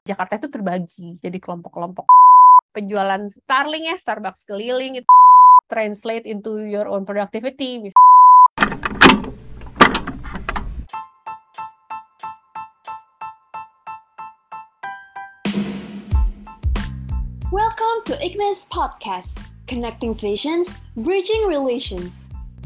Jakarta itu terbagi jadi kelompok-kelompok. Penjualan Starling ya, Starbucks keliling itu translate into your own productivity. Welcome to IGMIS Podcast, Connecting Visions, Bridging Relations.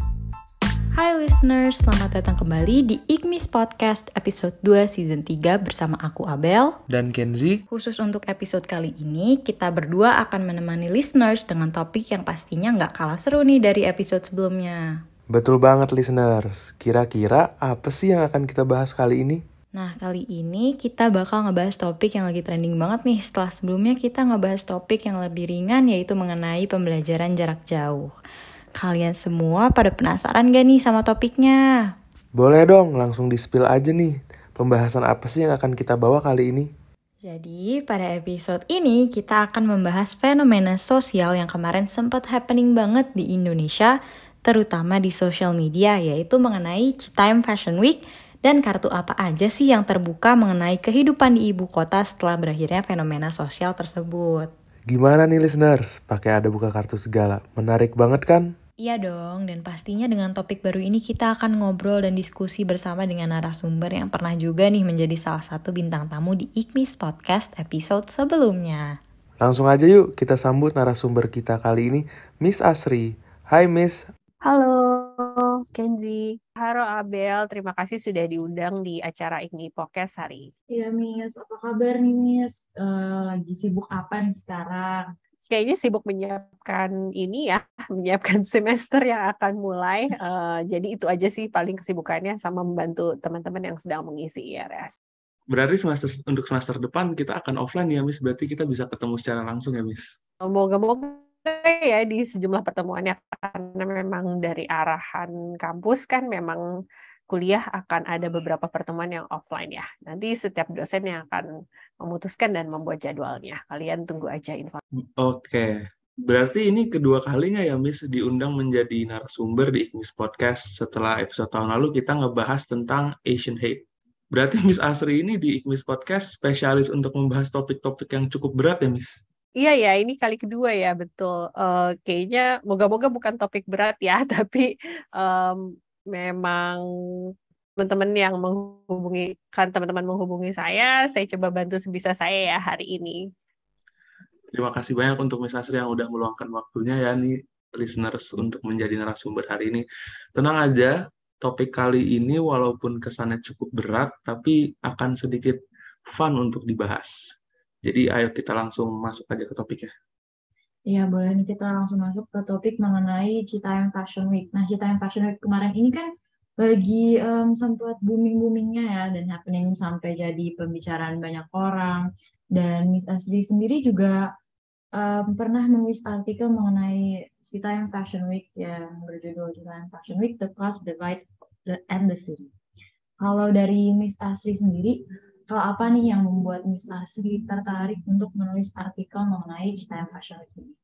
Hai listeners, selamat datang kembali di IGMIS Podcast episode 2 season 3 bersama aku Abel dan Kenzi. Khusus untuk episode kali ini, kita berdua akan menemani listeners dengan topik yang pastinya nggak kalah seru nih dari episode sebelumnya. Betul banget listeners, kira-kira apa sih yang akan kita bahas kali ini? Nah, kali ini kita bakal ngebahas topik yang lagi trending banget nih. Setelah sebelumnya kita ngebahas topik yang lebih ringan, yaitu mengenai pembelajaran jarak jauh. Kalian semua pada penasaran gak nih sama topiknya? Boleh dong, langsung di-spill aja nih. Pembahasan apa sih yang akan kita bawa kali ini? Jadi, pada episode ini kita akan membahas fenomena sosial yang kemarin sempat happening banget di Indonesia, terutama di social media, yaitu mengenai Citayam Fashion Week dan kartu apa aja sih yang terbuka mengenai kehidupan di ibu kota setelah berakhirnya fenomena sosial tersebut. Gimana nih listeners? Pakai ada buka kartu segala. Menarik banget kan? Iya dong, dan pastinya dengan topik baru ini kita akan ngobrol dan diskusi bersama dengan narasumber yang pernah juga nih menjadi salah satu bintang tamu di IGMIS Podcast episode sebelumnya. Langsung aja yuk kita sambut narasumber kita kali ini, Miss Asri. Hai Miss. Halo Kenzi, halo Abel, terima kasih sudah diundang di acara IGMIS Podcast hari ini. Iya Miss, apa kabar nih Miss? Lagi sibuk apa nih sekarang? Kayaknya sibuk menyiapkan semester yang akan mulai. Jadi itu aja sih paling kesibukannya sama membantu teman-teman yang sedang mengisi IRS. Berarti untuk semester depan kita akan offline ya Miss, berarti kita bisa ketemu secara langsung ya Miss? Moga-moga ya di sejumlah pertemuannya, karena memang dari arahan kampus kan memang kuliah akan ada beberapa pertemuan yang offline ya. Nanti setiap dosen yang akan memutuskan dan membuat jadwalnya. Kalian tunggu aja info. Oke, berarti ini kedua kalinya ya Miss diundang menjadi narasumber di IGMIS Podcast. Setelah episode tahun lalu kita ngebahas tentang Asian Hate. Berarti Miss Asri ini di IGMIS Podcast spesialis untuk membahas topik-topik yang cukup berat ya Miss? Iya ya, ini kali kedua ya, betul. Kayaknya moga-moga bukan topik berat ya, tapi memang teman-teman menghubungi saya coba bantu sebisa saya ya hari ini. Terima kasih banyak untuk Miss Asri yang udah meluangkan waktunya ya nih listeners untuk menjadi narasumber hari ini. Tenang aja, topik kali ini walaupun kesannya cukup berat, tapi akan sedikit fun untuk dibahas. Jadi ayo kita langsung masuk aja ke topiknya. Iya boleh nih kita langsung masuk ke topik mengenai Citayam Fashion Week. Nah Citayam Fashion Week kemarin ini kan lagi sempat booming-boomingnya ya dan happening sampai jadi pembicaraan banyak orang. Dan Miss Asri sendiri juga pernah menulis artikel mengenai Citayam Fashion Week yang berjudul Citayam Fashion Week, The Class Divide and the City. Kalau dari Miss Asri sendiri, kalau apa nih yang membuat Miss Asri tertarik untuk menulis artikel mengenai Citayam Fashion Week ini?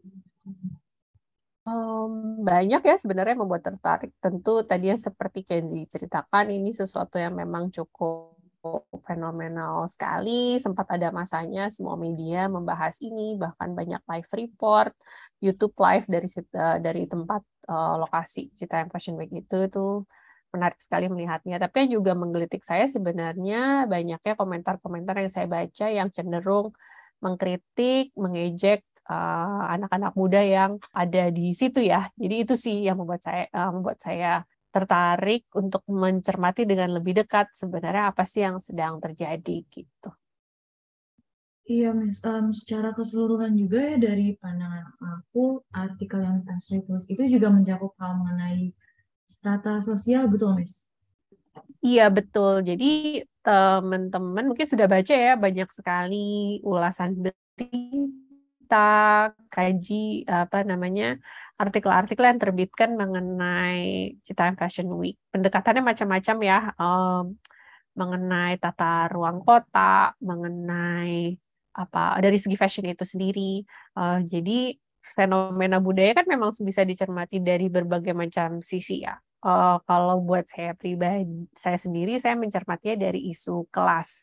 Banyak ya sebenarnya membuat tertarik. Tentu tadi yang seperti Kenzi ceritakan, ini sesuatu yang memang cukup fenomenal sekali. Sempat ada masanya semua media membahas ini, bahkan banyak live report, YouTube live dari tempat lokasi Citayam Fashion Week itu menarik sekali melihatnya. Tapi yang juga menggelitik saya sebenarnya banyaknya komentar-komentar yang saya baca yang cenderung mengkritik, mengejek anak-anak muda yang ada di situ ya. Jadi itu sih yang membuat saya tertarik untuk mencermati dengan lebih dekat sebenarnya apa sih yang sedang terjadi gitu. Iya, Miss. Secara keseluruhan juga ya dari pandangan aku, artikel yang Asri tulis itu juga mencakup hal mengenai strata sosial, betul, Miss? Iya, betul. Jadi teman-teman mungkin sudah baca ya banyak sekali ulasan berita, kaji artikel-artikel yang terbitkan mengenai Citayam Fashion Week. Pendekatannya macam-macam ya, mengenai tata ruang kota, mengenai dari segi fashion itu sendiri. Jadi fenomena budaya kan memang bisa dicermati dari berbagai macam sisi ya. Kalau buat saya pribadi, saya sendiri saya mencermatinya dari isu kelas.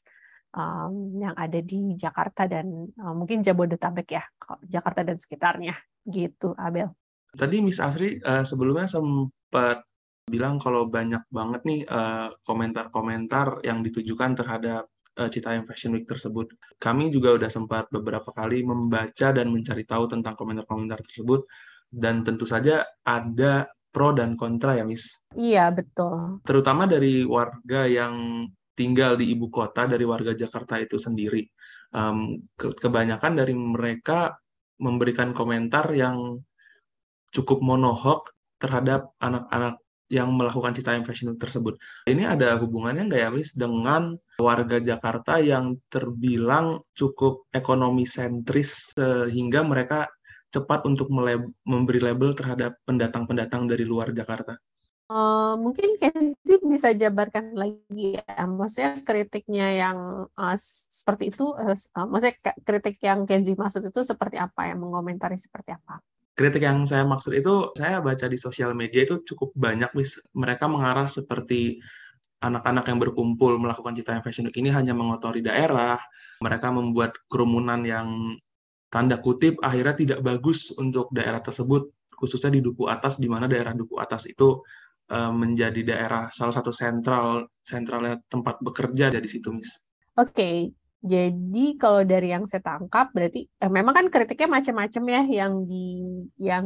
yang ada di Jakarta dan mungkin Jabodetabek ya, Jakarta dan sekitarnya gitu, Abel. Tadi Miss Asri sebelumnya sempat bilang kalau banyak banget nih komentar-komentar yang ditujukan terhadap Citayam Fashion Week tersebut. Kami juga udah sempat beberapa kali membaca dan mencari tahu tentang komentar-komentar tersebut, dan tentu saja ada pro dan kontra ya, Miss. Iya, betul. Terutama dari warga yang tinggal di ibu kota, dari warga Jakarta itu sendiri. Kebanyakan dari mereka memberikan komentar yang cukup monohok terhadap anak-anak yang melakukan Citayam Fashion Week tersebut. Ini ada hubungannya nggak ya, Miss, dengan warga Jakarta yang terbilang cukup ekonomi sentris sehingga mereka cepat untuk memberi label terhadap pendatang-pendatang dari luar Jakarta? Mungkin Kenzi bisa jabarkan lagi ya, maksudnya kritiknya yang seperti itu, maksudnya kritik yang Kenzi maksud itu seperti apa, yang mengomentari seperti apa? Kritik yang saya maksud itu, saya baca di sosial media itu cukup banyak, Miss. Mereka mengarah seperti anak-anak yang berkumpul melakukan Citayam Fashion Week ini hanya mengotori daerah, mereka membuat kerumunan yang tanda kutip akhirnya tidak bagus untuk daerah tersebut, khususnya di Duku Atas, di mana daerah Duku Atas itu menjadi daerah salah satu sentralnya tempat bekerja di situ, Miss. Oke, jadi kalau dari yang saya tangkap berarti memang kan kritiknya macam-macam ya yang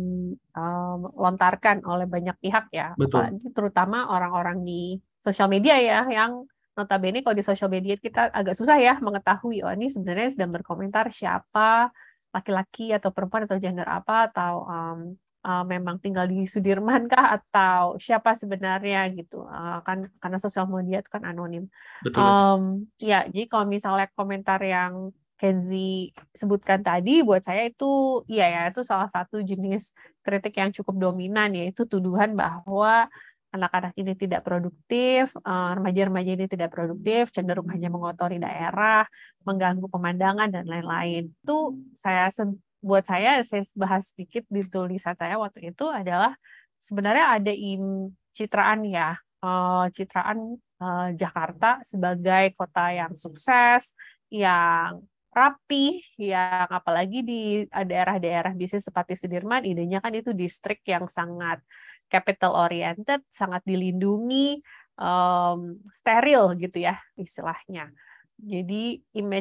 dilontarkan oleh banyak pihak ya, Betul. terutama orang-orang di sosial media ya, yang notabene kalau di sosial media kita agak susah ya mengetahui ini sebenarnya sedang berkomentar siapa, laki-laki atau perempuan atau gender apa, atau memang tinggal di Sudirman kah atau siapa sebenarnya gitu, kan karena sosial media itu kan anonim. Betul, Miss. Ya, jadi kalau misalnya komentar yang Kenzi sebutkan tadi, buat saya itu ya itu salah satu jenis kritik yang cukup dominan, yaitu tuduhan bahwa anak-anak ini tidak produktif, remaja-remaja ini tidak produktif, cenderung hanya mengotori daerah, mengganggu pemandangan dan lain-lain. Itu buat saya bahas sedikit di tulisan saya waktu itu adalah sebenarnya ada citraan ya, citraan Jakarta sebagai kota yang sukses, yang rapi, yang apalagi di daerah-daerah bisnis seperti Sudirman, idenya kan itu distrik yang sangat capital oriented, sangat dilindungi, steril gitu ya istilahnya. Jadi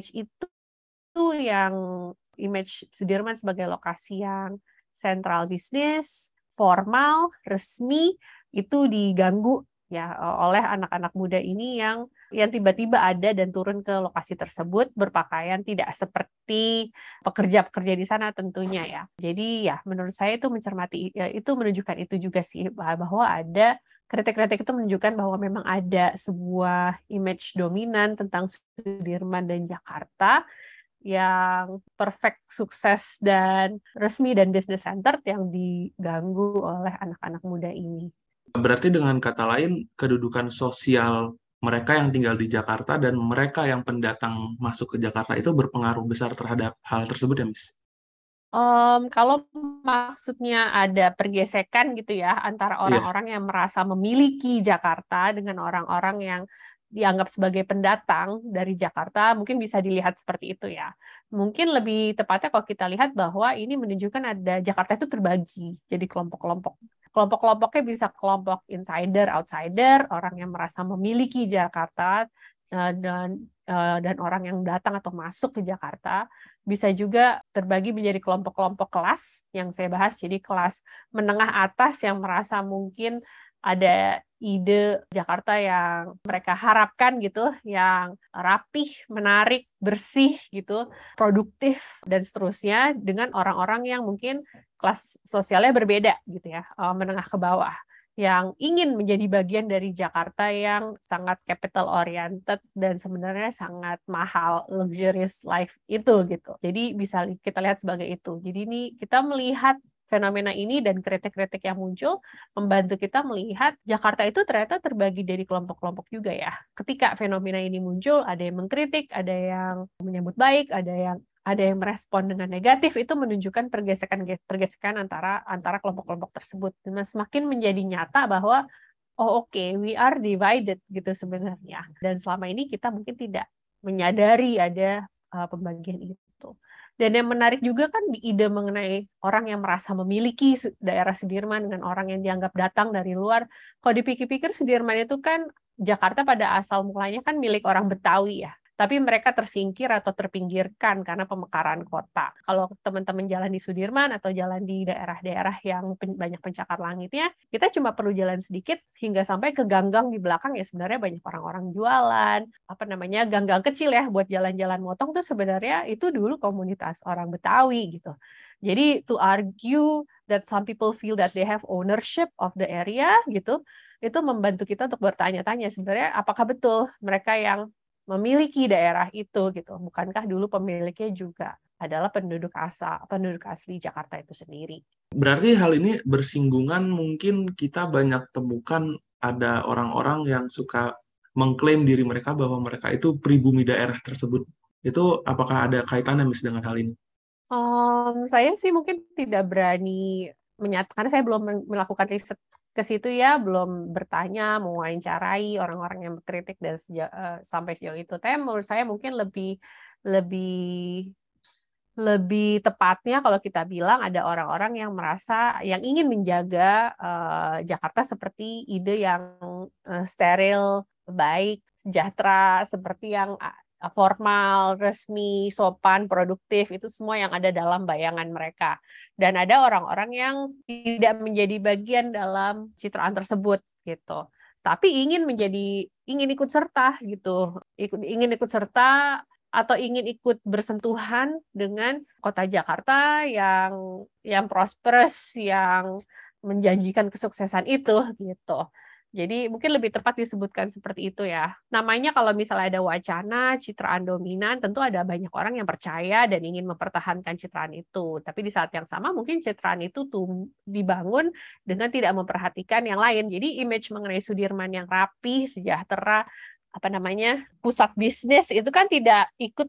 image Sudirman sebagai lokasi yang sentral bisnis, formal, resmi, itu diganggu ya oleh anak-anak muda ini yang tiba-tiba ada dan turun ke lokasi tersebut berpakaian tidak seperti pekerja-pekerja di sana tentunya ya. Jadi ya menurut saya itu mencermati itu menunjukkan itu juga sih, bahwa ada kritik-kritik itu menunjukkan bahwa memang ada sebuah image dominan tentang Sudirman dan Jakarta yang perfect, sukses, dan resmi dan business centered yang diganggu oleh anak-anak muda ini. Berarti dengan kata lain, kedudukan sosial mereka yang tinggal di Jakarta dan mereka yang pendatang masuk ke Jakarta itu berpengaruh besar terhadap hal tersebut ya, Miss? Kalau maksudnya ada pergesekan gitu ya antara orang-orang yang merasa memiliki Jakarta dengan orang-orang yang dianggap sebagai pendatang dari Jakarta, mungkin bisa dilihat seperti itu ya. Mungkin lebih tepatnya kalau kita lihat bahwa ini menunjukkan ada Jakarta itu terbagi jadi kelompok-kelompok. Kelompok-kelompoknya bisa kelompok insider, outsider, orang yang merasa memiliki Jakarta, dan orang yang datang atau masuk ke Jakarta. Bisa juga terbagi menjadi kelompok-kelompok kelas yang saya bahas, jadi kelas menengah atas yang merasa mungkin ada ide Jakarta yang mereka harapkan gitu, yang rapih, menarik, bersih gitu, produktif dan seterusnya, dengan orang-orang yang mungkin kelas sosialnya berbeda gitu ya, menengah ke bawah, yang ingin menjadi bagian dari Jakarta yang sangat capital oriented dan sebenarnya sangat mahal, luxurious life itu gitu. Jadi bisa kita lihat sebagai itu. Jadi ini kita melihat fenomena ini dan kritik-kritik yang muncul membantu kita melihat Jakarta itu ternyata terbagi dari kelompok-kelompok juga ya. Ketika fenomena ini muncul, ada yang mengkritik, ada yang menyambut baik, ada yang merespon dengan negatif, itu menunjukkan pergesekan antara kelompok-kelompok tersebut. Dan semakin menjadi nyata bahwa we are divided gitu sebenarnya. Dan selama ini kita mungkin tidak menyadari ada pembagian itu. Dan yang menarik juga kan di ide mengenai orang yang merasa memiliki daerah Sudirman dengan orang yang dianggap datang dari luar. Kalau dipikir-pikir Sudirman itu kan Jakarta pada asal mulanya kan milik orang Betawi ya. Tapi mereka tersingkir atau terpinggirkan karena pemekaran kota. Kalau teman-teman jalan di Sudirman atau jalan di daerah-daerah yang banyak pencakar langitnya, kita cuma perlu jalan sedikit hingga sampai ke gang-gang di belakang ya sebenarnya banyak orang-orang jualan, gang-gang kecil ya buat jalan-jalan motong tuh sebenarnya itu dulu komunitas orang Betawi gitu. Jadi to argue that some people feel that they have ownership of the area gitu, itu membantu kita untuk bertanya-tanya sebenarnya apakah betul mereka yang memiliki daerah itu gitu. Bukankah dulu pemiliknya juga adalah penduduk asli Jakarta itu sendiri. Berarti hal ini bersinggungan, mungkin kita banyak temukan ada orang-orang yang suka mengklaim diri mereka bahwa mereka itu pribumi daerah tersebut. Itu apakah ada kaitannya dengan hal ini? Saya sih mungkin tidak berani menyatakan, saya belum melakukan riset ke situ ya, belum bertanya, mewawancarai orang-orang yang berkritik dan sampai sejauh itu. Tapi menurut saya mungkin lebih tepatnya kalau kita bilang ada orang-orang yang merasa yang ingin menjaga Jakarta seperti ide yang steril, baik, sejahtera, seperti yang formal, resmi, sopan, produktif, itu semua yang ada dalam bayangan mereka. Dan ada orang-orang yang tidak menjadi bagian dalam citraan tersebut gitu. Tapi ingin ikut serta gitu. Ingin ikut serta atau ingin ikut bersentuhan dengan kota Jakarta yang prosperous, yang menjanjikan kesuksesan itu gitu. Jadi mungkin lebih tepat disebutkan seperti itu ya. Namanya kalau misalnya ada wacana citraan dominan, tentu ada banyak orang yang percaya dan ingin mempertahankan citraan itu. Tapi di saat yang sama mungkin citraan itu dibangun dengan tidak memperhatikan yang lain. Jadi image mengenai Sudirman yang rapi, sejahtera, pusat bisnis itu kan tidak ikut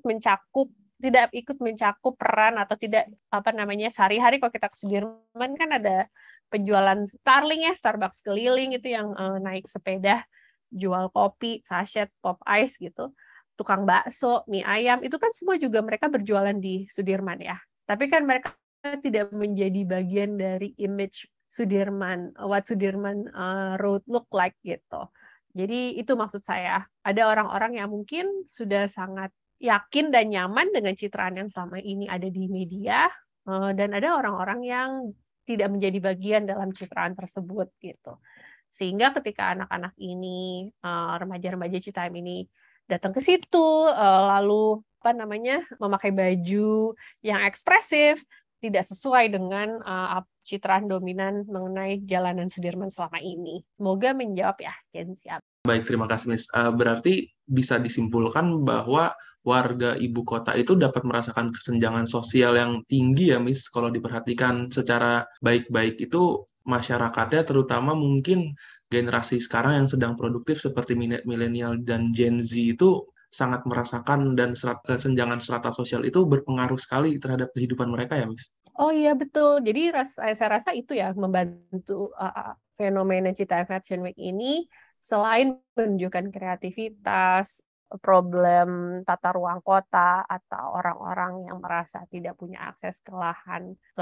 mencakup peran atau tidak sehari-hari. Kalau kita ke Sudirman kan ada penjualan Starling ya, Starbucks keliling itu yang naik sepeda jual kopi, sachet, pop ice gitu, tukang bakso, mie ayam, itu kan semua juga mereka berjualan di Sudirman ya. Tapi kan mereka tidak menjadi bagian dari image Sudirman, what Sudirman Road look like gitu. Jadi itu maksud saya. Ada orang-orang yang mungkin sudah sangat yakin dan nyaman dengan citraan yang selama ini ada di media, dan ada orang-orang yang tidak menjadi bagian dalam citraan tersebut gitu. Sehingga ketika anak-anak ini, remaja-remaja Citayam ini datang ke situ, lalu memakai baju yang ekspresif, tidak sesuai dengan citraan dominan mengenai jalanan Sudirman selama ini. Semoga menjawab ya, Kenzi. Baik, terima kasih, Miss. Berarti bisa disimpulkan bahwa warga ibu kota itu dapat merasakan kesenjangan sosial yang tinggi ya, Miss. Kalau diperhatikan secara baik-baik itu masyarakatnya, terutama mungkin generasi sekarang yang sedang produktif seperti milenial dan Gen Z itu sangat merasakan, dan kesenjangan strata sosial itu berpengaruh sekali terhadap kehidupan mereka ya, Miss. Oh iya betul. Jadi saya rasa itu ya membantu fenomena Citayam Fashion Week ini, selain menunjukkan kreativitas, problem tata ruang kota, atau orang-orang yang merasa tidak punya akses ke lahan, ke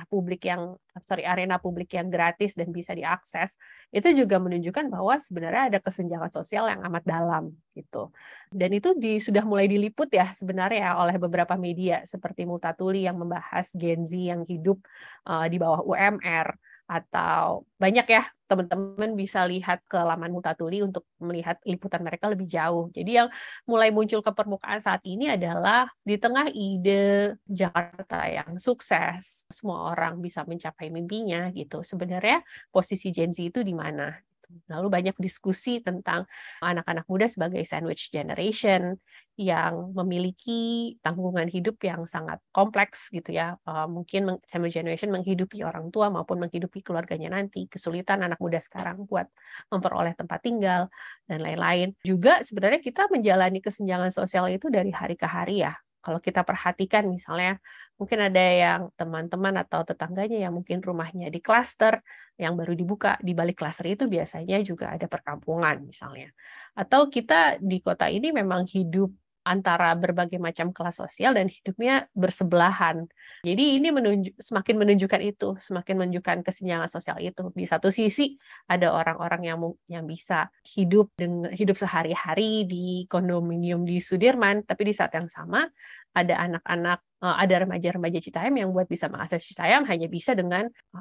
arena publik yang gratis dan bisa diakses, itu juga menunjukkan bahwa sebenarnya ada kesenjangan sosial yang amat dalam gitu. Dan itu sudah mulai diliput ya sebenarnya oleh beberapa media seperti Multatuli yang membahas Gen Z yang hidup di bawah UMR, atau banyak ya, teman-teman bisa lihat ke laman Multatuli untuk melihat liputan mereka lebih jauh. Jadi yang mulai muncul ke permukaan saat ini adalah di tengah ide Jakarta yang sukses, semua orang bisa mencapai mimpinya gitu. Sebenarnya posisi Gen Z itu di mana? Lalu banyak diskusi tentang anak-anak muda sebagai sandwich generation yang memiliki tanggungan hidup yang sangat kompleks gitu ya. Mungkin sandwich generation menghidupi orang tua maupun menghidupi keluarganya nanti. Kesulitan anak muda sekarang buat memperoleh tempat tinggal dan lain-lain. Juga sebenarnya kita menjalani kesenjangan sosial itu dari hari ke hari ya. Kalau kita perhatikan misalnya, mungkin ada yang teman-teman atau tetangganya yang mungkin rumahnya di klaster yang baru dibuka, di balik klaster itu biasanya juga ada perkampungan misalnya. Atau kita di kota ini memang hidup antara berbagai macam kelas sosial dan hidupnya bersebelahan. Jadi ini semakin menunjukkan itu, semakin menunjukkan kesenjangan sosial itu. Di satu sisi ada orang-orang yang bisa hidup sehari-hari di kondominium di Sudirman, tapi di saat yang sama ada anak-anak, ada remaja-remaja Citayam yang buat bisa mengakses Citayam hanya bisa dengan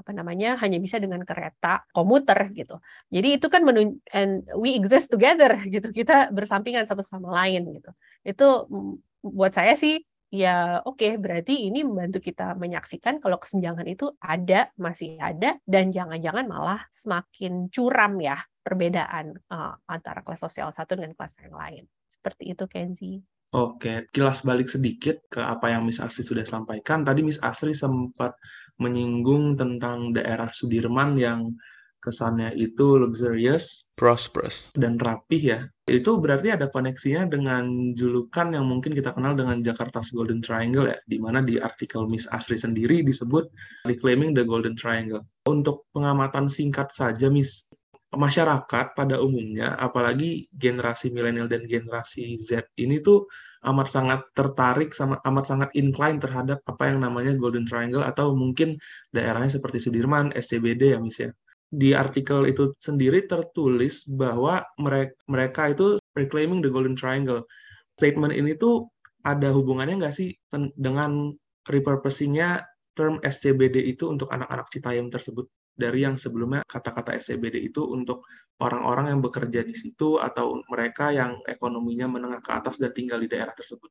kereta komuter gitu. Jadi itu kan and we exist together gitu. Kita bersampingan satu sama lain gitu. Itu buat saya sih ya oke, berarti ini membantu kita menyaksikan kalau kesenjangan itu masih ada, dan jangan-jangan malah semakin curam ya perbedaan antara kelas sosial satu dengan kelas yang lain. Seperti itu, Kenzi. Oke, kilas balik sedikit ke apa yang Miss Asri sudah sampaikan. Tadi Miss Asri sempat menyinggung tentang daerah Sudirman yang kesannya itu luxurious, prosperous, dan rapih ya. Itu berarti ada koneksinya dengan julukan yang mungkin kita kenal dengan Jakarta's Golden Triangle ya, di mana di artikel Miss Asri sendiri disebut Reclaiming the Golden Triangle. Untuk pengamatan singkat saja, Miss, masyarakat pada umumnya, apalagi generasi milenial dan generasi Z ini tuh amat sangat tertarik, amat sangat incline terhadap apa yang namanya Golden Triangle, atau mungkin daerahnya seperti Sudirman, SCBD ya Miss ya. Di artikel itu sendiri tertulis bahwa mereka itu reclaiming the Golden Triangle. Statement ini tuh ada hubungannya nggak sih dengan repurposing-nya term SCBD itu untuk anak-anak Citayam tersebut? Dari yang sebelumnya kata-kata SCBD itu untuk orang-orang yang bekerja di situ atau mereka yang ekonominya menengah ke atas dan tinggal di daerah tersebut.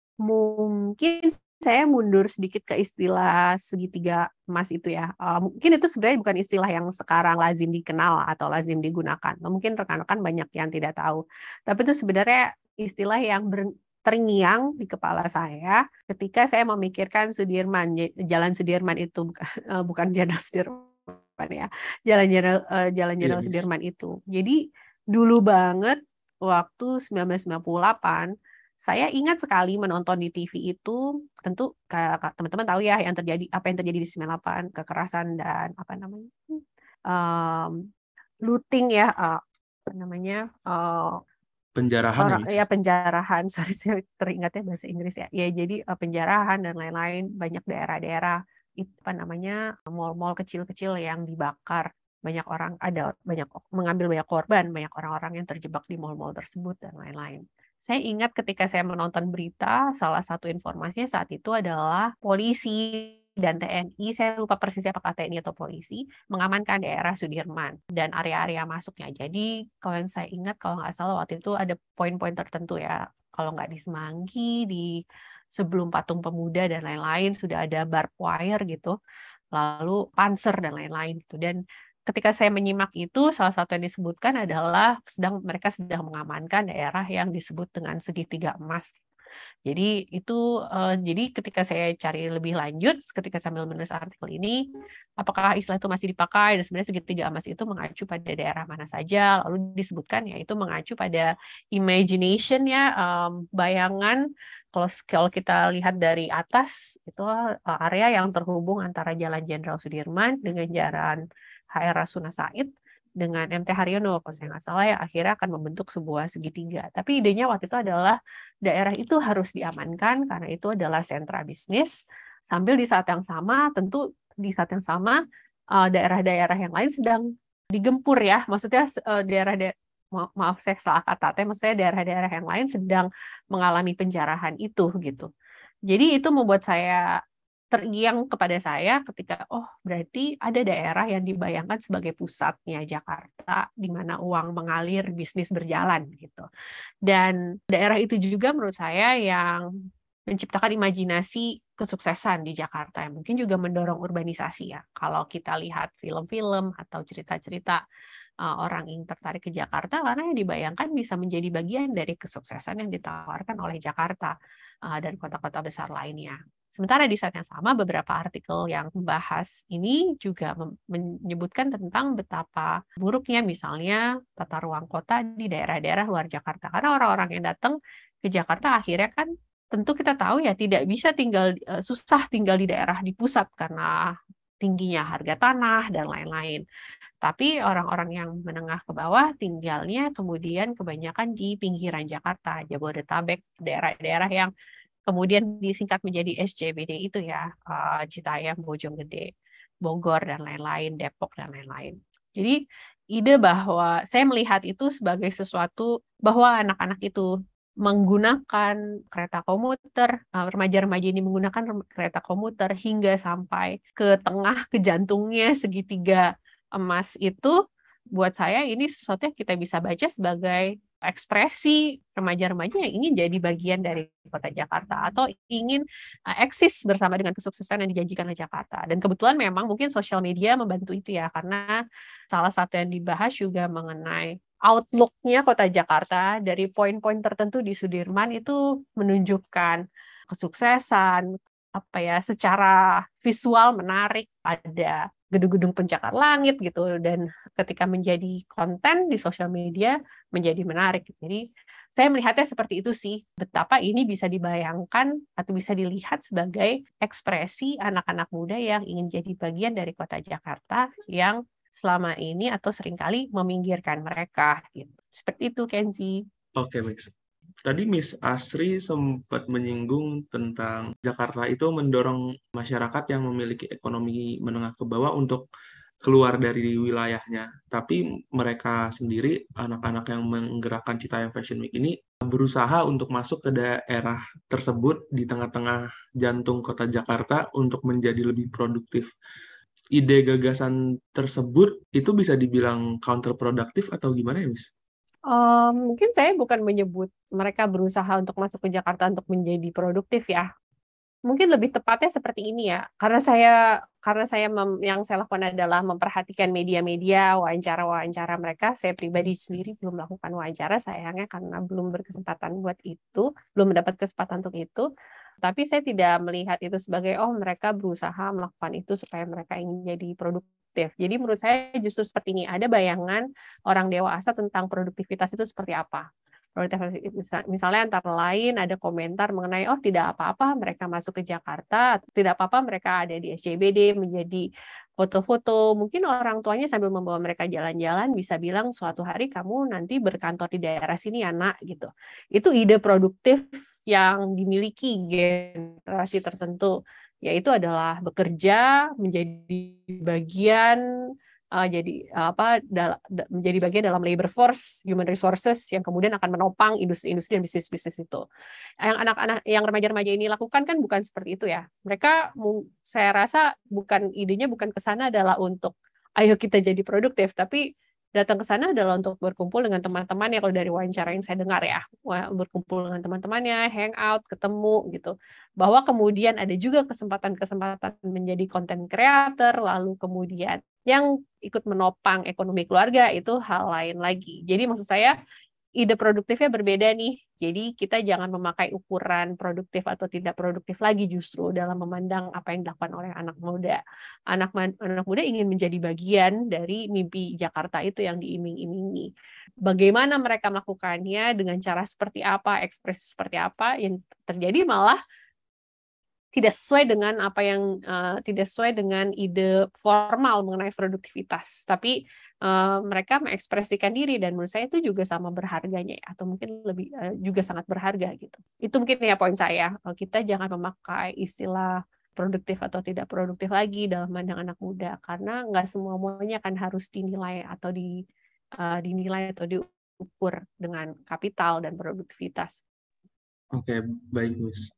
Mungkin saya mundur sedikit ke istilah segitiga emas itu ya. Mungkin itu sebenarnya bukan istilah yang sekarang lazim dikenal atau lazim digunakan. Mungkin rekan-rekan banyak yang tidak tahu. Tapi itu sebenarnya istilah yang terngiang di kepala saya ketika saya memikirkan Sudirman. Jalan Sudirman itu bukan Jalan Sudirman ya, Jalan Jenderal Sudirman itu. Jadi dulu banget waktu 1998 saya ingat sekali menonton di TV itu, tentu teman-teman tahu ya apa yang terjadi di 98, kekerasan dan looting ya, penjarahan penjarahan. Sorry, saya teringatnya bahasa Inggris ya. Ya, jadi penjarahan dan lain-lain, banyak daerah-daerah mall-mall kecil-kecil yang dibakar, mengambil banyak korban, banyak orang-orang yang terjebak di mall-mall tersebut dan lain-lain. Saya ingat ketika saya menonton berita, salah satu informasinya saat itu adalah polisi dan TNI, saya lupa persisnya apakah TNI atau polisi, mengamankan daerah Sudirman dan area-area masuknya. Jadi kalau yang saya ingat, kalau nggak salah waktu itu ada poin-poin tertentu ya, kalau nggak di Semanggi, sebelum Patung Pemuda dan lain-lain sudah ada barbed wire gitu, lalu panser dan lain-lain gitu. Dan ketika saya menyimak itu, salah satu yang disebutkan adalah mereka sedang mengamankan daerah yang disebut dengan segitiga emas. Jadi jadi ketika saya cari lebih lanjut, ketika sambil menulis artikel ini, apakah istilah itu masih dipakai, dan sebenarnya segitiga emas itu mengacu pada daerah mana saja, lalu disebutkan ya itu mengacu pada imagination ya, bayangan. Kalau kita lihat dari atas, itu area yang terhubung antara Jalan Jenderal Sudirman dengan Jalan HR Rasuna Said dengan MT Haryono, kalau saya nggak salah ya, akhirnya akan membentuk sebuah segitiga. Tapi idenya waktu itu adalah daerah itu harus diamankan karena itu adalah sentra bisnis, sambil di saat yang sama, tentu di saat yang sama daerah-daerah yang lain sedang digempur ya, maksudnya maaf saya salah kata, maksudnya daerah-daerah yang lain sedang mengalami penjarahan itu gitu. Jadi itu membuat saya terngiang kepada saya ketika berarti ada daerah yang dibayangkan sebagai pusatnya Jakarta di mana uang mengalir, bisnis berjalan gitu. Dan daerah itu juga menurut saya yang menciptakan imajinasi kesuksesan di Jakarta, yang mungkin juga mendorong urbanisasi ya. Kalau kita lihat film-film atau cerita-cerita orang yang tertarik ke Jakarta karena yang dibayangkan bisa menjadi bagian dari kesuksesan yang ditawarkan oleh Jakarta dan kota-kota besar lainnya. Sementara di saat yang sama, beberapa artikel yang membahas ini juga menyebutkan tentang betapa buruknya misalnya tata ruang kota di daerah-daerah luar Jakarta. Karena orang-orang yang datang ke Jakarta akhirnya kan tentu kita tahu ya tidak bisa susah tinggal di daerah di pusat karena tingginya harga tanah dan lain-lain. Tapi orang-orang yang menengah ke bawah tinggalnya kemudian kebanyakan di pinggiran Jakarta, Jabodetabek, daerah-daerah yang kemudian disingkat menjadi SCBD itu ya, Citayam, Bojonggede, Bogor, dan lain-lain, Depok, dan lain-lain. Jadi ide bahwa saya melihat itu sebagai sesuatu bahwa anak-anak itu menggunakan kereta komuter, remaja-remaja ini menggunakan kereta komuter hingga sampai ke tengah, ke jantungnya segitiga emas itu, buat saya ini sesuatu yang kita bisa baca sebagai ekspresi remaja-remaja yang ingin jadi bagian dari kota Jakarta atau ingin eksis bersama dengan kesuksesan yang dijanjikan oleh Jakarta. Dan kebetulan memang mungkin sosial media membantu itu ya, karena salah satu yang dibahas juga mengenai outlook-nya kota Jakarta dari poin-poin tertentu di Sudirman itu menunjukkan kesuksesan, apa ya, secara visual menarik, ada gedung-gedung pencakar langit gitu, dan ketika menjadi konten di sosial media menjadi menarik. Jadi saya melihatnya seperti itu sih, betapa ini bisa dibayangkan atau bisa dilihat sebagai ekspresi anak-anak muda yang ingin jadi bagian dari kota Jakarta yang selama ini atau seringkali meminggirkan mereka gitu. Seperti itu, Kenzi. Oke, Miss. Tadi Miss Asri sempat menyinggung tentang Jakarta itu mendorong masyarakat yang memiliki ekonomi menengah ke bawah untuk keluar dari wilayahnya. Tapi mereka sendiri, anak-anak yang menggerakkan Citayam Fashion Week ini, berusaha untuk masuk ke daerah tersebut di tengah-tengah jantung kota Jakarta untuk menjadi lebih produktif. Ide gagasan tersebut itu bisa dibilang counterproductive atau gimana ya, Miss? Mungkin saya bukan menyebut mereka berusaha untuk masuk ke Jakarta untuk menjadi produktif ya. Mungkin lebih tepatnya seperti ini ya. Yang saya lakukan adalah memperhatikan media-media, wawancara-wawancara mereka. Saya pribadi sendiri belum melakukan wawancara, sayangnya karena belum berkesempatan buat itu, belum mendapat kesempatan untuk itu. Tapi saya tidak melihat itu sebagai, oh mereka berusaha melakukan itu supaya mereka ingin jadi produktif. Jadi menurut saya justru seperti ini, ada bayangan orang dewasa tentang produktivitas itu seperti apa. Misalnya antara lain ada komentar mengenai, oh tidak apa-apa mereka masuk ke Jakarta, tidak apa-apa mereka ada di SCBD menjadi foto-foto. Mungkin orang tuanya sambil membawa mereka jalan-jalan bisa bilang suatu hari kamu nanti berkantor di daerah sini ya nak gitu. Itu ide produktif yang dimiliki generasi tertentu, yaitu adalah bekerja menjadi bagian menjadi bagian dalam labor force, human resources yang kemudian akan menopang industri-industri dan bisnis-bisnis itu. Yang anak-anak, yang remaja-remaja ini lakukan kan bukan seperti itu ya. Mereka, saya rasa idenya bukan ke sana adalah untuk ayo kita jadi produktif, tapi datang ke sana adalah untuk berkumpul dengan teman-temannya. Kalau dari wawancara yang saya dengar ya, berkumpul dengan teman-temannya, hangout, ketemu gitu. Bahwa kemudian ada juga kesempatan-kesempatan menjadi content creator, lalu kemudian yang ikut menopang ekonomi keluarga itu hal lain lagi. Jadi maksud saya ide produktifnya berbeda nih. Jadi kita jangan memakai ukuran produktif atau tidak produktif lagi justru dalam memandang apa yang dilakukan oleh anak muda. Anak muda ingin menjadi bagian dari mimpi Jakarta itu yang diiming-imingi. Bagaimana mereka melakukannya, dengan cara seperti apa, ekspresi seperti apa, yang terjadi malah tidak sesuai dengan tidak sesuai dengan ide formal mengenai produktivitas, tapi mereka mengekspresikan diri, dan menurut saya itu juga sama berharganya ya, atau mungkin lebih juga sangat berharga gitu. Itu mungkin ya poin saya. Kita jangan memakai istilah produktif atau tidak produktif lagi dalam pandang anak muda, karena nggak semuanya akan harus dinilai atau dinilai atau diukur dengan kapital dan produktivitas. Oke, baik, Miss.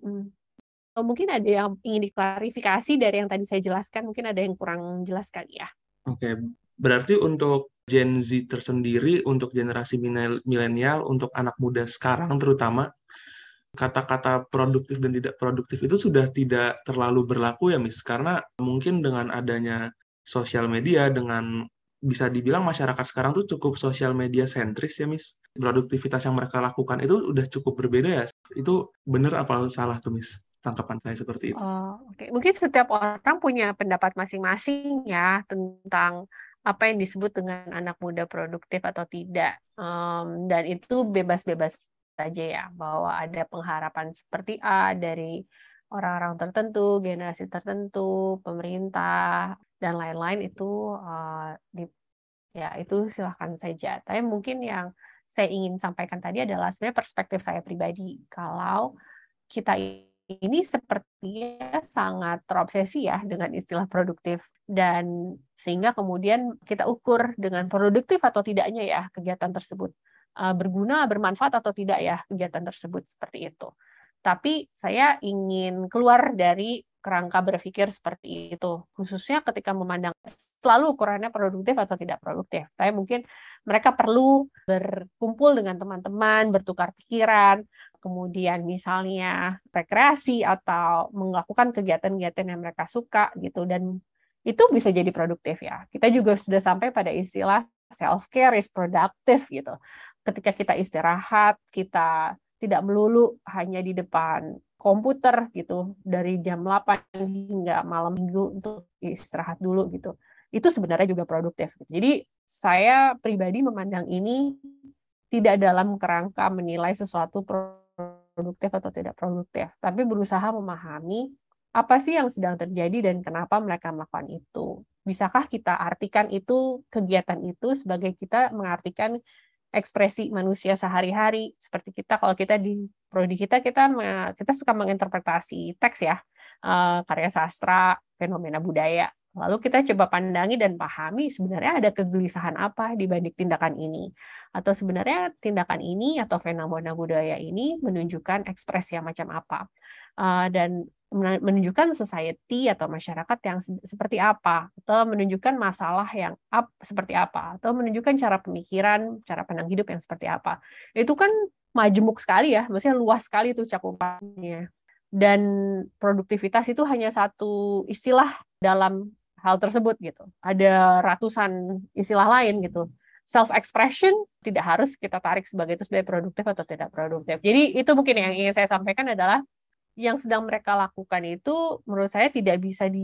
Mungkin ada yang ingin diklarifikasi dari yang tadi saya jelaskan, mungkin ada yang kurang jelas kali ya. Oke, berarti untuk Gen Z tersendiri, untuk generasi milenial, untuk anak muda sekarang terutama, kata-kata produktif dan tidak produktif itu sudah tidak terlalu berlaku ya, Miss? Karena mungkin dengan adanya sosial media, dengan bisa dibilang masyarakat sekarang tuh cukup sosial media sentris ya, Miss. Produktivitas yang mereka lakukan itu udah cukup berbeda ya. Itu benar apa salah tuh, Miss? Tangkapan saya seperti itu. Oke. Mungkin setiap orang punya pendapat masing-masing ya tentang apa yang disebut dengan anak muda produktif atau tidak. Dan itu bebas-bebas saja ya, bahwa ada pengharapan seperti A dari orang-orang tertentu, generasi tertentu, pemerintah, dan lain-lain itu ya itu silahkan saja. Tapi mungkin yang saya ingin sampaikan tadi adalah sebenarnya perspektif saya pribadi. Kalau kita ini sepertinya sangat terobsesi ya dengan istilah produktif, dan sehingga kemudian kita ukur dengan produktif atau tidaknya ya kegiatan tersebut, berguna, bermanfaat atau tidak ya kegiatan tersebut, seperti itu. Tapi saya ingin keluar dari kerangka berpikir seperti itu, khususnya ketika memandang selalu ukurannya produktif atau tidak produktif. Tapi mungkin mereka perlu berkumpul dengan teman-teman, bertukar pikiran, kemudian misalnya rekreasi atau melakukan kegiatan-kegiatan yang mereka suka gitu, dan itu bisa jadi produktif ya. Kita juga sudah sampai pada istilah self care is productive gitu. Ketika kita istirahat, kita tidak melulu hanya di depan komputer gitu dari jam 8 hingga malam minggu untuk istirahat dulu gitu. Itu sebenarnya juga produktif. Jadi saya pribadi memandang ini tidak dalam kerangka menilai sesuatu produktif atau tidak produktif, tapi berusaha memahami apa sih yang sedang terjadi dan kenapa mereka melakukan itu. Bisakah kita artikan itu, kegiatan itu, sebagai kita mengartikan ekspresi manusia sehari-hari, seperti kita kalau kita di prodi kita suka menginterpretasi teks ya, karya sastra, fenomena budaya. Lalu kita coba pandangi dan pahami sebenarnya ada kegelisahan apa di balik tindakan ini, atau sebenarnya tindakan ini atau fenomena budaya ini menunjukkan ekspresi yang macam apa, dan menunjukkan society atau masyarakat yang seperti apa, atau menunjukkan masalah yang seperti apa, atau menunjukkan cara pemikiran, cara pandang hidup yang seperti apa. Itu kan majemuk sekali ya, maksudnya luas sekali itu cakupannya. Dan produktivitas itu hanya satu istilah dalam hal tersebut gitu. Ada ratusan istilah lain gitu. Self-expression tidak harus kita tarik sebagai itu sebagai produktif atau tidak produktif. Jadi itu mungkin yang ingin saya sampaikan adalah yang sedang mereka lakukan itu menurut saya tidak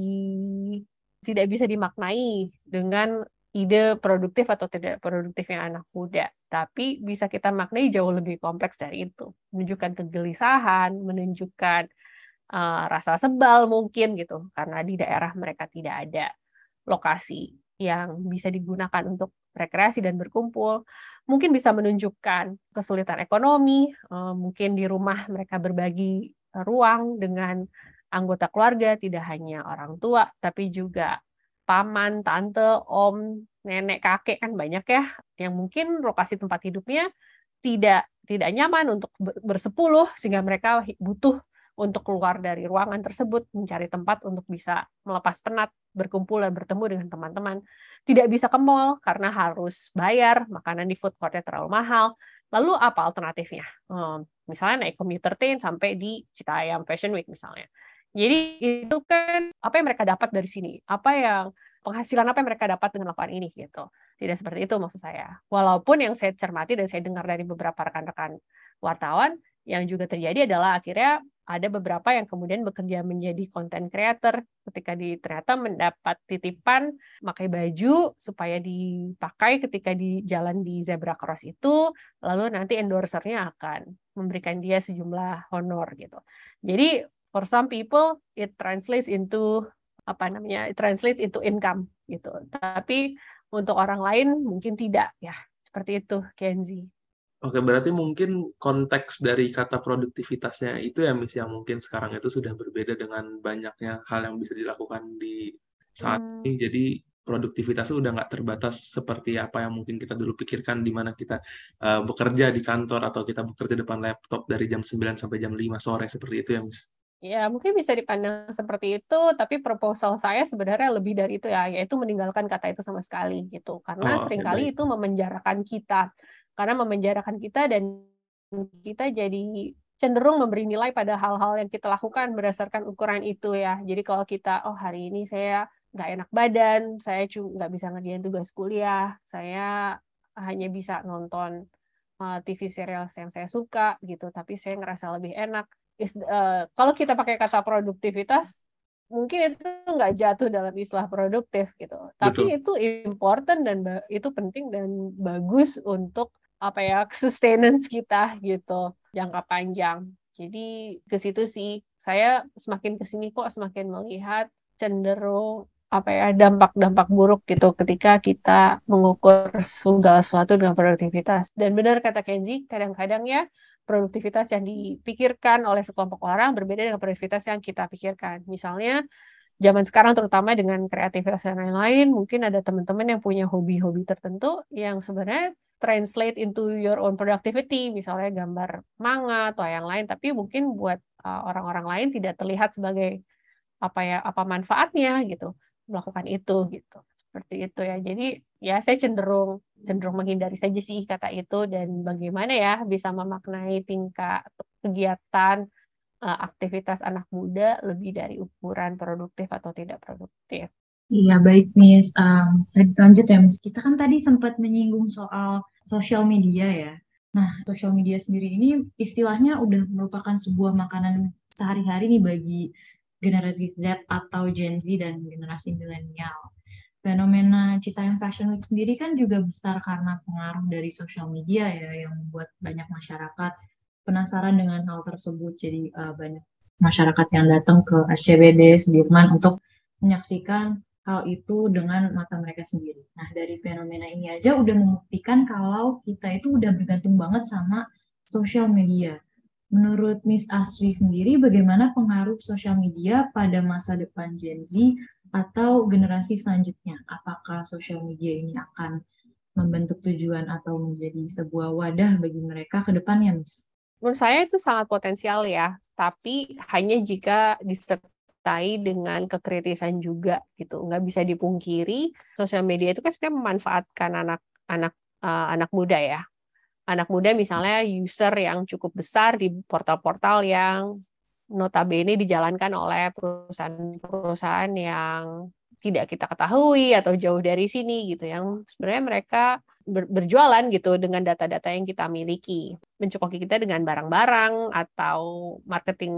bisa dimaknai dengan ide produktif atau tidak produktifnya anak muda, tapi bisa kita maknai jauh lebih kompleks dari itu, menunjukkan kegelisahan, menunjukkan rasa sebal mungkin gitu, karena di daerah mereka tidak ada lokasi yang bisa digunakan untuk rekreasi dan berkumpul, mungkin bisa menunjukkan kesulitan ekonomi, mungkin di rumah mereka berbagi ruang dengan anggota keluarga, tidak hanya orang tua, tapi juga paman, tante, om, nenek, kakek, kan banyak ya, yang mungkin lokasi tempat hidupnya tidak nyaman untuk bersepuluh, sehingga mereka butuh untuk keluar dari ruangan tersebut, mencari tempat untuk bisa melepas penat, berkumpul dan bertemu dengan teman-teman. Tidak bisa ke mall karena harus bayar, makanan di food court-nya terlalu mahal. Lalu apa alternatifnya? Misalnya naik commuter train sampai di Citayam Fashion Week misalnya. Jadi itu kan apa yang mereka dapat dari sini? Penghasilan apa yang mereka dapat dengan melakukan ini gitu. Tidak seperti itu maksud saya. Walaupun yang saya cermati dan saya dengar dari beberapa rekan-rekan wartawan, yang juga terjadi adalah akhirnya ada beberapa yang kemudian bekerja menjadi content creator ketika ternyata mendapat titipan pakai baju supaya dipakai ketika di jalan di zebra cross itu, lalu nanti endorsernya akan memberikan dia sejumlah honor gitu. Jadi for some people it translates into income gitu. Tapi untuk orang lain mungkin tidak ya. Seperti itu, Kenzi. Oke, berarti mungkin konteks dari kata produktivitasnya itu ya, Miss, yang mungkin sekarang itu sudah berbeda dengan banyaknya hal yang bisa dilakukan di saat ini. Jadi produktivitas itu udah nggak terbatas seperti apa yang mungkin kita dulu pikirkan, di mana kita bekerja di kantor atau kita bekerja depan laptop dari jam 9 sampai jam 5 sore, seperti itu ya, Miss? Ya, mungkin bisa dipandang seperti itu, tapi proposal saya sebenarnya lebih dari itu ya, yaitu meninggalkan kata itu sama sekali gitu. Karena seringkali itu memenjarakan kita. Karena memenjarakan kita dan kita jadi cenderung memberi nilai pada hal-hal yang kita lakukan berdasarkan ukuran itu ya. Jadi kalau kita, hari ini saya nggak enak badan, saya nggak bisa ngerjain tugas kuliah, saya hanya bisa nonton TV serial yang saya suka gitu, tapi saya ngerasa lebih enak. Kalau kita pakai kata produktivitas, mungkin itu nggak jatuh dalam istilah produktif gitu. Tapi itu important dan itu penting dan bagus untuk sustenance kita gitu jangka panjang. Jadi ke situ sih, saya semakin ke sini kok semakin melihat cenderung dampak-dampak buruk gitu ketika kita mengukur segala sesuatu dengan produktivitas. Dan benar kata Kenzi, kadang-kadang ya produktivitas yang dipikirkan oleh sekelompok orang berbeda dengan produktivitas yang kita pikirkan. Misalnya zaman sekarang terutama dengan kreativitas dan lain-lain, mungkin ada teman-teman yang punya hobi-hobi tertentu yang sebenarnya translate into your own productivity, misalnya gambar manga atau yang lain, tapi mungkin buat orang-orang lain tidak terlihat sebagai apa manfaatnya gitu melakukan itu gitu, seperti itu ya. Jadi ya saya cenderung menghindari saja sih kata itu, dan bagaimana ya bisa memaknai tingkat kegiatan aktivitas anak muda lebih dari ukuran produktif atau tidak produktif. Iya, baik, Miss. Lanjut ya, Miss. Kita kan tadi sempat menyinggung soal sosial media ya. Nah, sosial media sendiri ini istilahnya udah merupakan sebuah makanan sehari-hari nih bagi generasi Z atau Gen Z dan generasi milenial. Fenomena Citayam Fashion Week sendiri kan juga besar karena pengaruh dari sosial media ya, yang membuat banyak masyarakat penasaran dengan hal tersebut. Jadi banyak masyarakat yang datang ke SCBD Sudirman untuk menyaksikan hal itu dengan mata mereka sendiri. Nah, dari fenomena ini aja udah membuktikan kalau kita itu udah bergantung banget sama sosial media. Menurut Miss Asri sendiri, bagaimana pengaruh sosial media pada masa depan Gen Z atau generasi selanjutnya? Apakah sosial media ini akan membentuk tujuan atau menjadi sebuah wadah bagi mereka ke depannya, Miss? Menurut saya itu sangat potensial ya, tapi hanya jika disertai dengan kekritisan juga gitu. Nggak bisa dipungkiri, sosial media itu kan sebenarnya memanfaatkan anak muda ya. Anak muda misalnya user yang cukup besar di portal-portal yang notabene dijalankan oleh perusahaan-perusahaan yang tidak kita ketahui atau jauh dari sini gitu, yang sebenarnya mereka berjualan gitu dengan data-data yang kita miliki, mencukoki kita dengan barang-barang atau marketing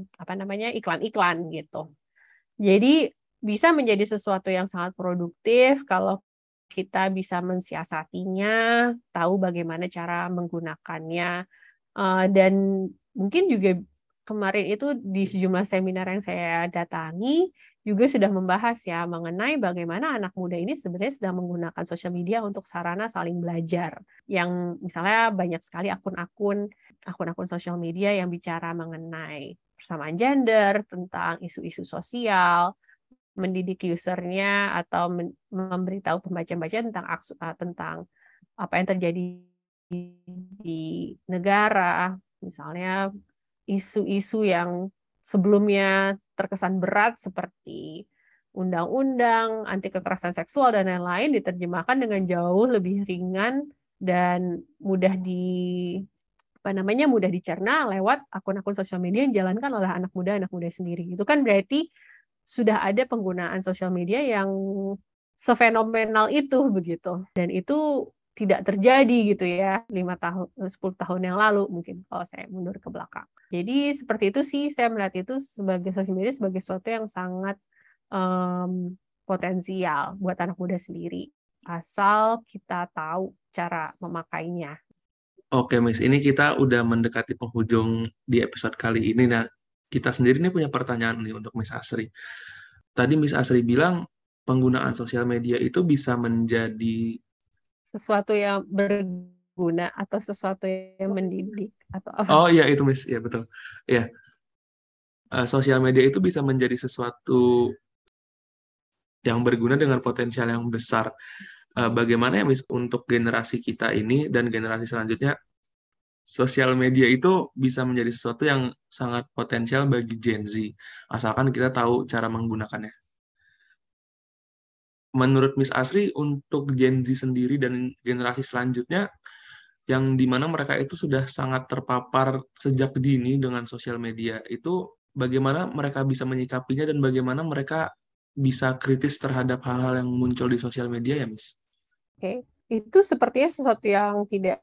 iklan-iklan gitu. Jadi bisa menjadi sesuatu yang sangat produktif kalau kita bisa mensiasatinya, tahu bagaimana cara menggunakannya, dan mungkin juga kemarin itu di sejumlah seminar yang saya datangi juga sudah membahas ya mengenai bagaimana anak muda ini sebenarnya sedang menggunakan sosial media untuk sarana saling belajar. Yang misalnya banyak sekali akun-akun sosial media yang bicara mengenai persamaan gender, tentang isu-isu sosial, mendidik usernya atau memberitahu pembaca-baca tentang apa yang terjadi di negara, misalnya isu-isu yang sebelumnya terkesan berat seperti undang-undang anti kekerasan seksual dan lain-lain diterjemahkan dengan jauh lebih ringan dan mudah dicerna lewat akun-akun sosial media yang dijalankan oleh anak muda sendiri. Itu kan berarti sudah ada penggunaan sosial media yang sefenomenal itu begitu. Dan itu tidak terjadi gitu ya 10 tahun yang lalu mungkin kalau saya mundur ke belakang. Jadi seperti itu sih, saya melihat itu sebagai sosial media sebagai sesuatu yang sangat potensial buat anak muda sendiri, asal kita tahu cara memakainya. Oke, Miss. Ini kita udah mendekati penghujung di episode kali ini. Nah, kita sendiri nih punya pertanyaan nih untuk Miss Asri. Tadi Miss Asri bilang penggunaan sosial media itu bisa menjadi sesuatu yang berguna atau sesuatu yang mendidik atau apa? Oh iya itu Miss, ya betul. Ya, sosial media itu bisa menjadi sesuatu yang berguna dengan potensial yang besar. Bagaimana ya Miss untuk generasi kita ini dan generasi selanjutnya, sosial media itu bisa menjadi sesuatu yang sangat potensial bagi Gen Z, asalkan kita tahu cara menggunakannya. Menurut Miss Asri, untuk Gen Z sendiri dan generasi selanjutnya, yang dimana mereka itu sudah sangat terpapar sejak dini dengan sosial media, itu bagaimana mereka bisa menyikapinya dan bagaimana mereka bisa kritis terhadap hal-hal yang muncul di sosial media ya, Miss? Oke, itu sepertinya sesuatu yang tidak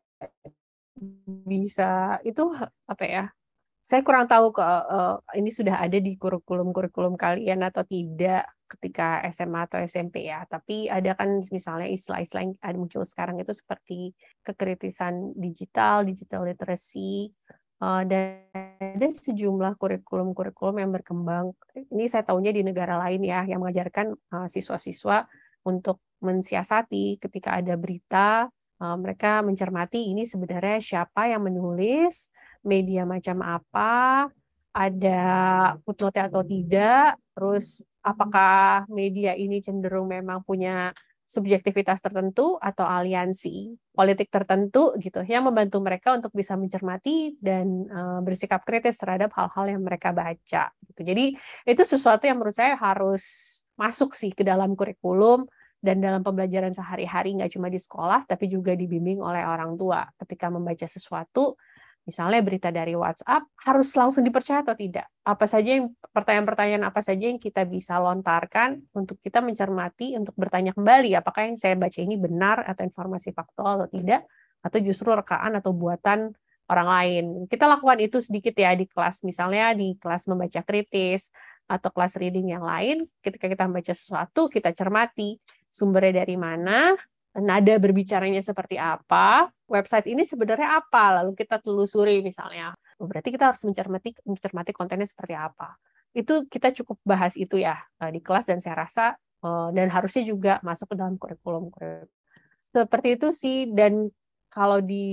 bisa, itu apa ya? Saya kurang tahu ini sudah ada di kurikulum kalian atau tidak ketika SMA atau SMP ya. Tapi ada kan misalnya istilah-istilah yang ada muncul sekarang itu seperti kekritisan digital literacy, Dan ada sejumlah kurikulum-kurikulum yang berkembang. Ini saya tahunya di negara lain ya, yang mengajarkan siswa-siswa untuk mensiasati ketika ada berita, mereka mencermati ini sebenarnya siapa yang menulis, media macam apa, ada footnote atau tidak, terus apakah media ini cenderung memang punya subjektivitas tertentu atau aliansi politik tertentu gitu yang membantu mereka untuk bisa mencermati dan bersikap kritis terhadap hal-hal yang mereka baca gitu. Jadi itu sesuatu yang menurut saya harus masuk sih ke dalam kurikulum dan dalam pembelajaran sehari-hari, nggak cuma di sekolah tapi juga dibimbing oleh orang tua ketika membaca sesuatu. Misalnya berita dari WhatsApp, harus langsung dipercaya atau tidak? Apa saja yang pertanyaan-pertanyaan apa saja yang kita bisa lontarkan untuk kita mencermati, untuk bertanya kembali apakah yang saya baca ini benar atau informasi faktual atau tidak, atau justru rekaan atau buatan orang lain. Kita lakukan itu sedikit ya di kelas, misalnya di kelas membaca kritis atau kelas reading yang lain, ketika kita membaca sesuatu, kita cermati sumbernya dari mana, nada berbicaranya seperti apa, website ini sebenarnya apa, lalu kita telusuri misalnya. Berarti kita harus mencermati kontennya seperti apa. Itu kita cukup bahas itu ya di kelas dan saya rasa dan harusnya juga masuk ke dalam kurikulum. Seperti itu sih, dan kalau di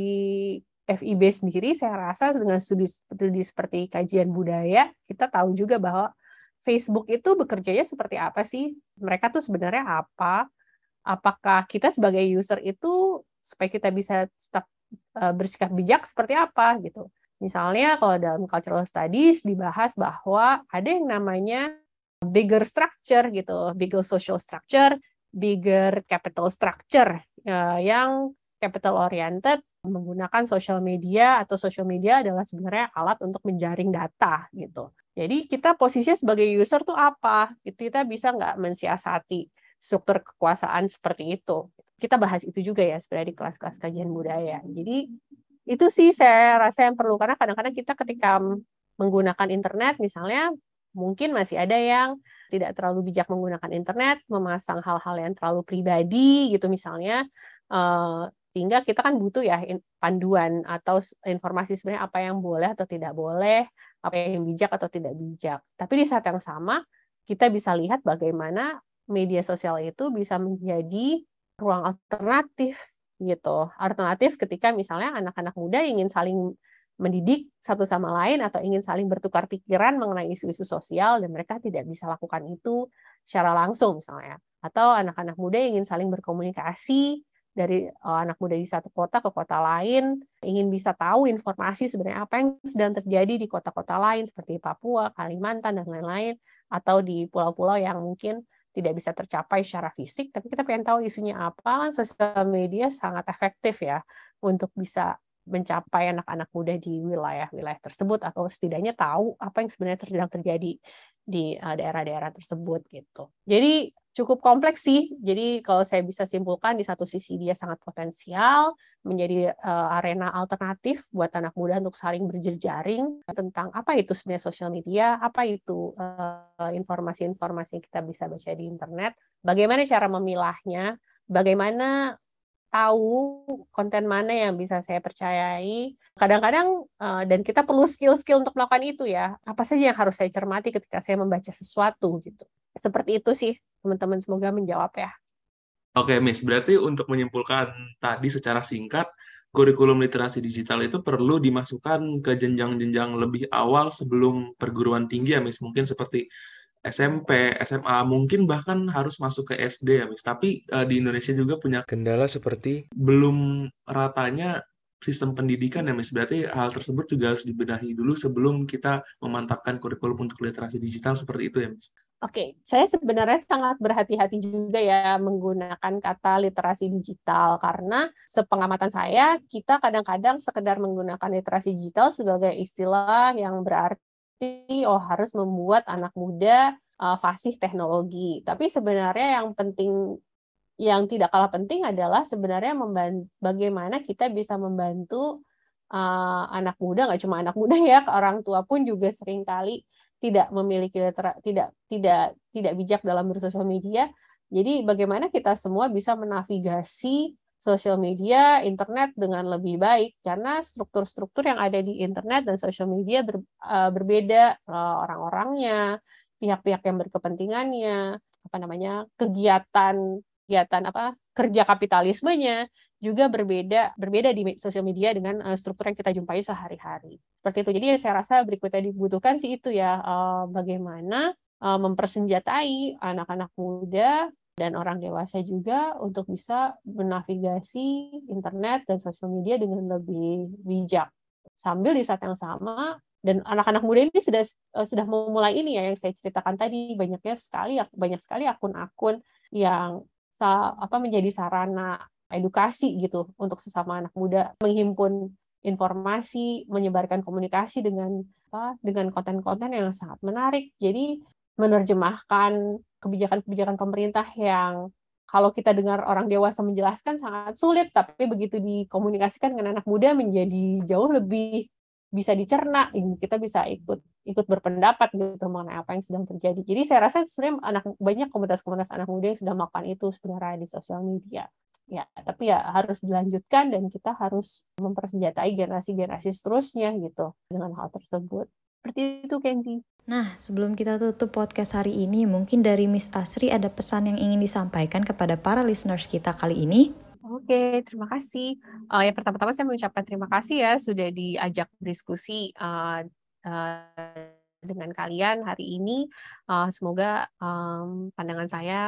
FIB sendiri saya rasa dengan studi seperti kajian budaya, kita tahu juga bahwa Facebook itu bekerjanya seperti apa sih? Mereka tuh sebenarnya apa? Apakah kita sebagai user itu supaya kita bisa tetap bersikap bijak seperti apa gitu. Misalnya kalau dalam cultural studies dibahas bahwa ada yang namanya bigger structure gitu, bigger social structure, bigger capital structure yang capital oriented menggunakan social media, atau social media adalah sebenarnya alat untuk menjaring data gitu. Jadi kita posisinya sebagai user tuh apa? Kita bisa nggak mensiasati struktur kekuasaan seperti itu. Kita bahas itu juga ya sebenarnya di kelas-kelas kajian budaya. Jadi itu sih saya rasa yang perlu, karena kadang-kadang kita ketika menggunakan internet misalnya mungkin masih ada yang tidak terlalu bijak menggunakan internet, memasang hal-hal yang terlalu pribadi gitu misalnya, sehingga kita kan butuh ya panduan atau informasi sebenarnya apa yang boleh atau tidak boleh, apa yang bijak atau tidak bijak. Tapi di saat yang sama kita bisa lihat bagaimana media sosial itu bisa menjadi ruang alternatif gitu. Alternatif ketika misalnya anak-anak muda ingin saling mendidik satu sama lain atau ingin saling bertukar pikiran mengenai isu-isu sosial dan mereka tidak bisa lakukan itu secara langsung misalnya. Atau anak-anak muda ingin saling berkomunikasi dari anak muda di satu kota ke kota lain, ingin bisa tahu informasi sebenarnya apa yang sedang terjadi di kota-kota lain seperti Papua, Kalimantan, dan lain-lain, atau di pulau-pulau yang mungkin tidak bisa tercapai secara fisik, tapi kita pengen tahu isunya apa, kan sosial media sangat efektif ya untuk bisa mencapai anak-anak muda di wilayah-wilayah tersebut, atau setidaknya tahu apa yang sebenarnya sedang terjadi di daerah-daerah tersebut gitu. Jadi cukup kompleks sih. Jadi kalau saya bisa simpulkan, di satu sisi dia sangat potensial menjadi arena alternatif buat anak muda untuk saling berjejaring tentang apa itu sebenarnya sosial media, apa itu informasi-informasi yang kita bisa baca di internet, bagaimana cara memilahnya, bagaimana tahu konten mana yang bisa saya percayai. Kadang-kadang, dan kita perlu skill-skill untuk melakukan itu ya. Apa saja yang harus saya cermati ketika saya membaca sesuatu gitu. Seperti itu sih, teman-teman. Semoga menjawab ya. Oke, Miss. Berarti untuk menyimpulkan tadi secara singkat, kurikulum literasi digital itu perlu dimasukkan ke jenjang-jenjang lebih awal sebelum perguruan tinggi ya, Miss. Mungkin seperti SMP, SMA, mungkin bahkan harus masuk ke SD ya, Miss. Tapi di Indonesia juga punya kendala seperti belum ratanya sistem pendidikan ya, Miss. Berarti hal tersebut juga harus dibenahi dulu sebelum kita memantapkan kurikulum untuk literasi digital seperti itu ya, Miss. Oke, saya sebenarnya sangat berhati-hati juga ya menggunakan kata literasi digital, karena sepengamatan saya, kita kadang-kadang sekedar menggunakan literasi digital sebagai istilah yang berarti harus membuat anak muda fasih teknologi. Tapi sebenarnya yang penting, yang tidak kalah penting adalah sebenarnya bagaimana kita bisa membantu anak muda, nggak cuma anak muda ya, orang tua pun juga seringkali tidak memiliki tidak bijak dalam bersosial media. Jadi bagaimana kita semua bisa menavigasi sosial media, internet dengan lebih baik karena struktur-struktur yang ada di internet dan sosial media berbeda, orang-orangnya, pihak-pihak yang berkepentingannya, kegiatan kerja kapitalismenya juga berbeda di sosial media dengan struktur yang kita jumpai sehari-hari. Seperti itu. Jadi saya rasa berikutnya dibutuhkan sih itu ya, bagaimana mempersenjatai anak-anak muda dan orang dewasa juga untuk bisa menavigasi internet dan sosial media dengan lebih bijak. Sambil di saat yang sama, dan anak-anak muda ini sudah memulai ini ya yang saya ceritakan tadi, banyak sekali akun-akun yang menjadi sarana edukasi gitu untuk sesama anak muda, menghimpun informasi, menyebarkan komunikasi dengan konten-konten yang sangat menarik. Jadi menerjemahkan kebijakan-kebijakan pemerintah yang kalau kita dengar orang dewasa menjelaskan sangat sulit, tapi begitu dikomunikasikan dengan anak muda menjadi jauh lebih bisa dicerna. Kita bisa ikut berpendapat gitu mengenai apa yang sedang terjadi. Jadi saya rasa sebenarnya banyak komunitas-komunitas anak muda yang sudah melakukan itu sebenarnya di sosial media. Ya, tapi ya harus dilanjutkan dan kita harus mempersenjatai generasi-generasi seterusnya gitu dengan hal tersebut. Seperti itu, Kenzi. Nah, sebelum kita tutup podcast hari ini, mungkin dari Miss Asri ada pesan yang ingin disampaikan kepada para listeners kita kali ini? Oke, terima kasih. Yang pertama-tama saya mengucapkan terima kasih ya sudah diajak berdiskusi dengan kalian hari ini. Semoga pandangan saya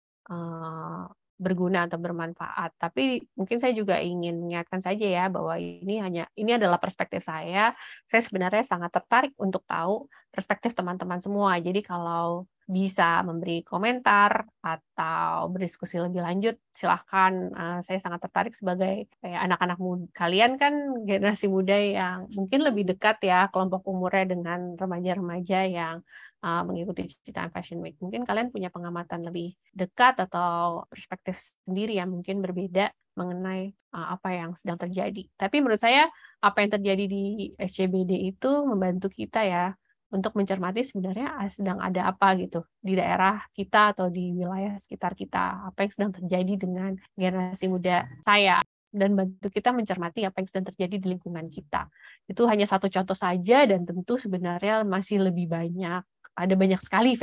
berguna atau bermanfaat. Tapi mungkin saya juga ingin mengingatkan saja ya bahwa ini adalah perspektif saya. Saya sebenarnya sangat tertarik untuk tahu perspektif teman-teman semua. Jadi kalau bisa memberi komentar atau berdiskusi lebih lanjut, silahkan. Saya sangat tertarik sebagai anak-anak muda. Kalian kan generasi muda yang mungkin lebih dekat ya kelompok umurnya dengan remaja-remaja yang mengikuti Citayam Fashion Week. Mungkin kalian punya pengamatan lebih dekat atau perspektif sendiri yang mungkin berbeda mengenai apa yang sedang terjadi. Tapi menurut saya apa yang terjadi di SCBD itu membantu kita ya untuk mencermati sebenarnya sedang ada apa gitu di daerah kita atau di wilayah sekitar kita, apa yang sedang terjadi dengan generasi muda saya, dan bantu kita mencermati apa yang sedang terjadi di lingkungan kita. Itu hanya satu contoh saja dan tentu sebenarnya masih lebih banyak. Ada banyak sekali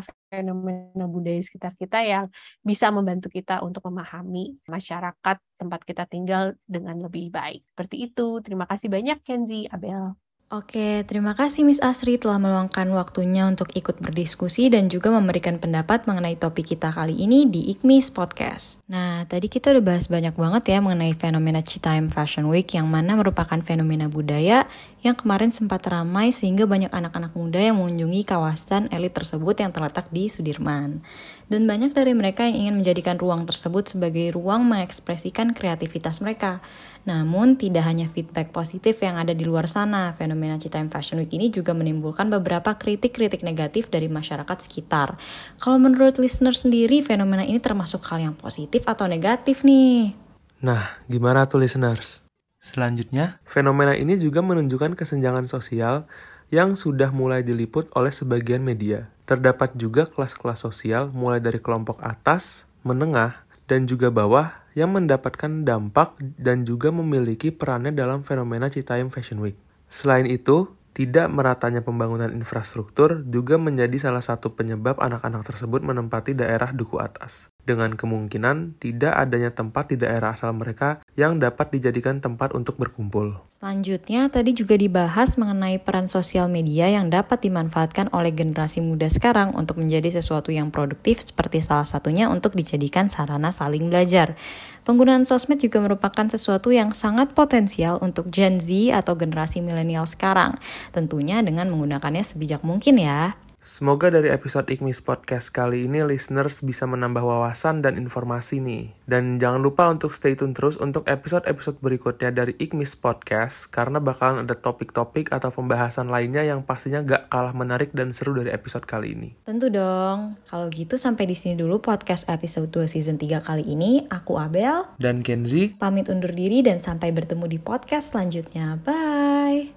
fenomena budaya sekitar kita yang bisa membantu kita untuk memahami masyarakat tempat kita tinggal dengan lebih baik. Seperti itu. Terima kasih banyak, Kenzi, Abel. Oke, terima kasih Miss Asri telah meluangkan waktunya untuk ikut berdiskusi dan juga memberikan pendapat mengenai topik kita kali ini di IKMIS Podcast. Nah, tadi kita udah bahas banyak banget ya mengenai fenomena Citayam Fashion Week yang mana merupakan fenomena budaya yang kemarin sempat ramai sehingga banyak anak-anak muda yang mengunjungi kawasan elit tersebut yang terletak di Sudirman. Dan banyak dari mereka yang ingin menjadikan ruang tersebut sebagai ruang mengekspresikan kreativitas mereka. Namun, tidak hanya feedback positif yang ada di luar sana, fenomena Citayam Fashion Week ini juga menimbulkan beberapa kritik-kritik negatif dari masyarakat sekitar. Kalau menurut listener sendiri, fenomena ini termasuk hal yang positif atau negatif nih? Nah, gimana tuh listeners? Selanjutnya, fenomena ini juga menunjukkan kesenjangan sosial yang sudah mulai diliput oleh sebagian media. Terdapat juga kelas-kelas sosial mulai dari kelompok atas, menengah, dan juga bawah yang mendapatkan dampak dan juga memiliki perannya dalam fenomena Citayam Fashion Week. Selain itu, tidak meratanya pembangunan infrastruktur juga menjadi salah satu penyebab anak-anak tersebut menempati daerah duku atas, dengan kemungkinan tidak adanya tempat di daerah asal mereka yang dapat dijadikan tempat untuk berkumpul. Selanjutnya, tadi juga dibahas mengenai peran sosial media yang dapat dimanfaatkan oleh generasi muda sekarang untuk menjadi sesuatu yang produktif seperti salah satunya untuk dijadikan sarana saling belajar. Penggunaan sosmed juga merupakan sesuatu yang sangat potensial untuk Gen Z atau generasi milenial sekarang, tentunya dengan menggunakannya sebijak mungkin ya. Semoga dari episode IKMIS Podcast kali ini listeners bisa menambah wawasan dan informasi nih. Dan jangan lupa untuk stay tune terus untuk episode-episode berikutnya dari IKMIS Podcast karena bakalan ada topik-topik atau pembahasan lainnya yang pastinya gak kalah menarik dan seru dari episode kali ini. Tentu dong. Kalau gitu sampai di sini dulu podcast episode 2 season 3 kali ini. Aku Abel dan Kenzi pamit undur diri dan sampai bertemu di podcast selanjutnya. Bye.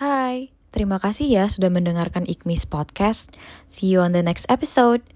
Hai, terima kasih ya sudah mendengarkan Ikmis Podcast. See you on the next episode.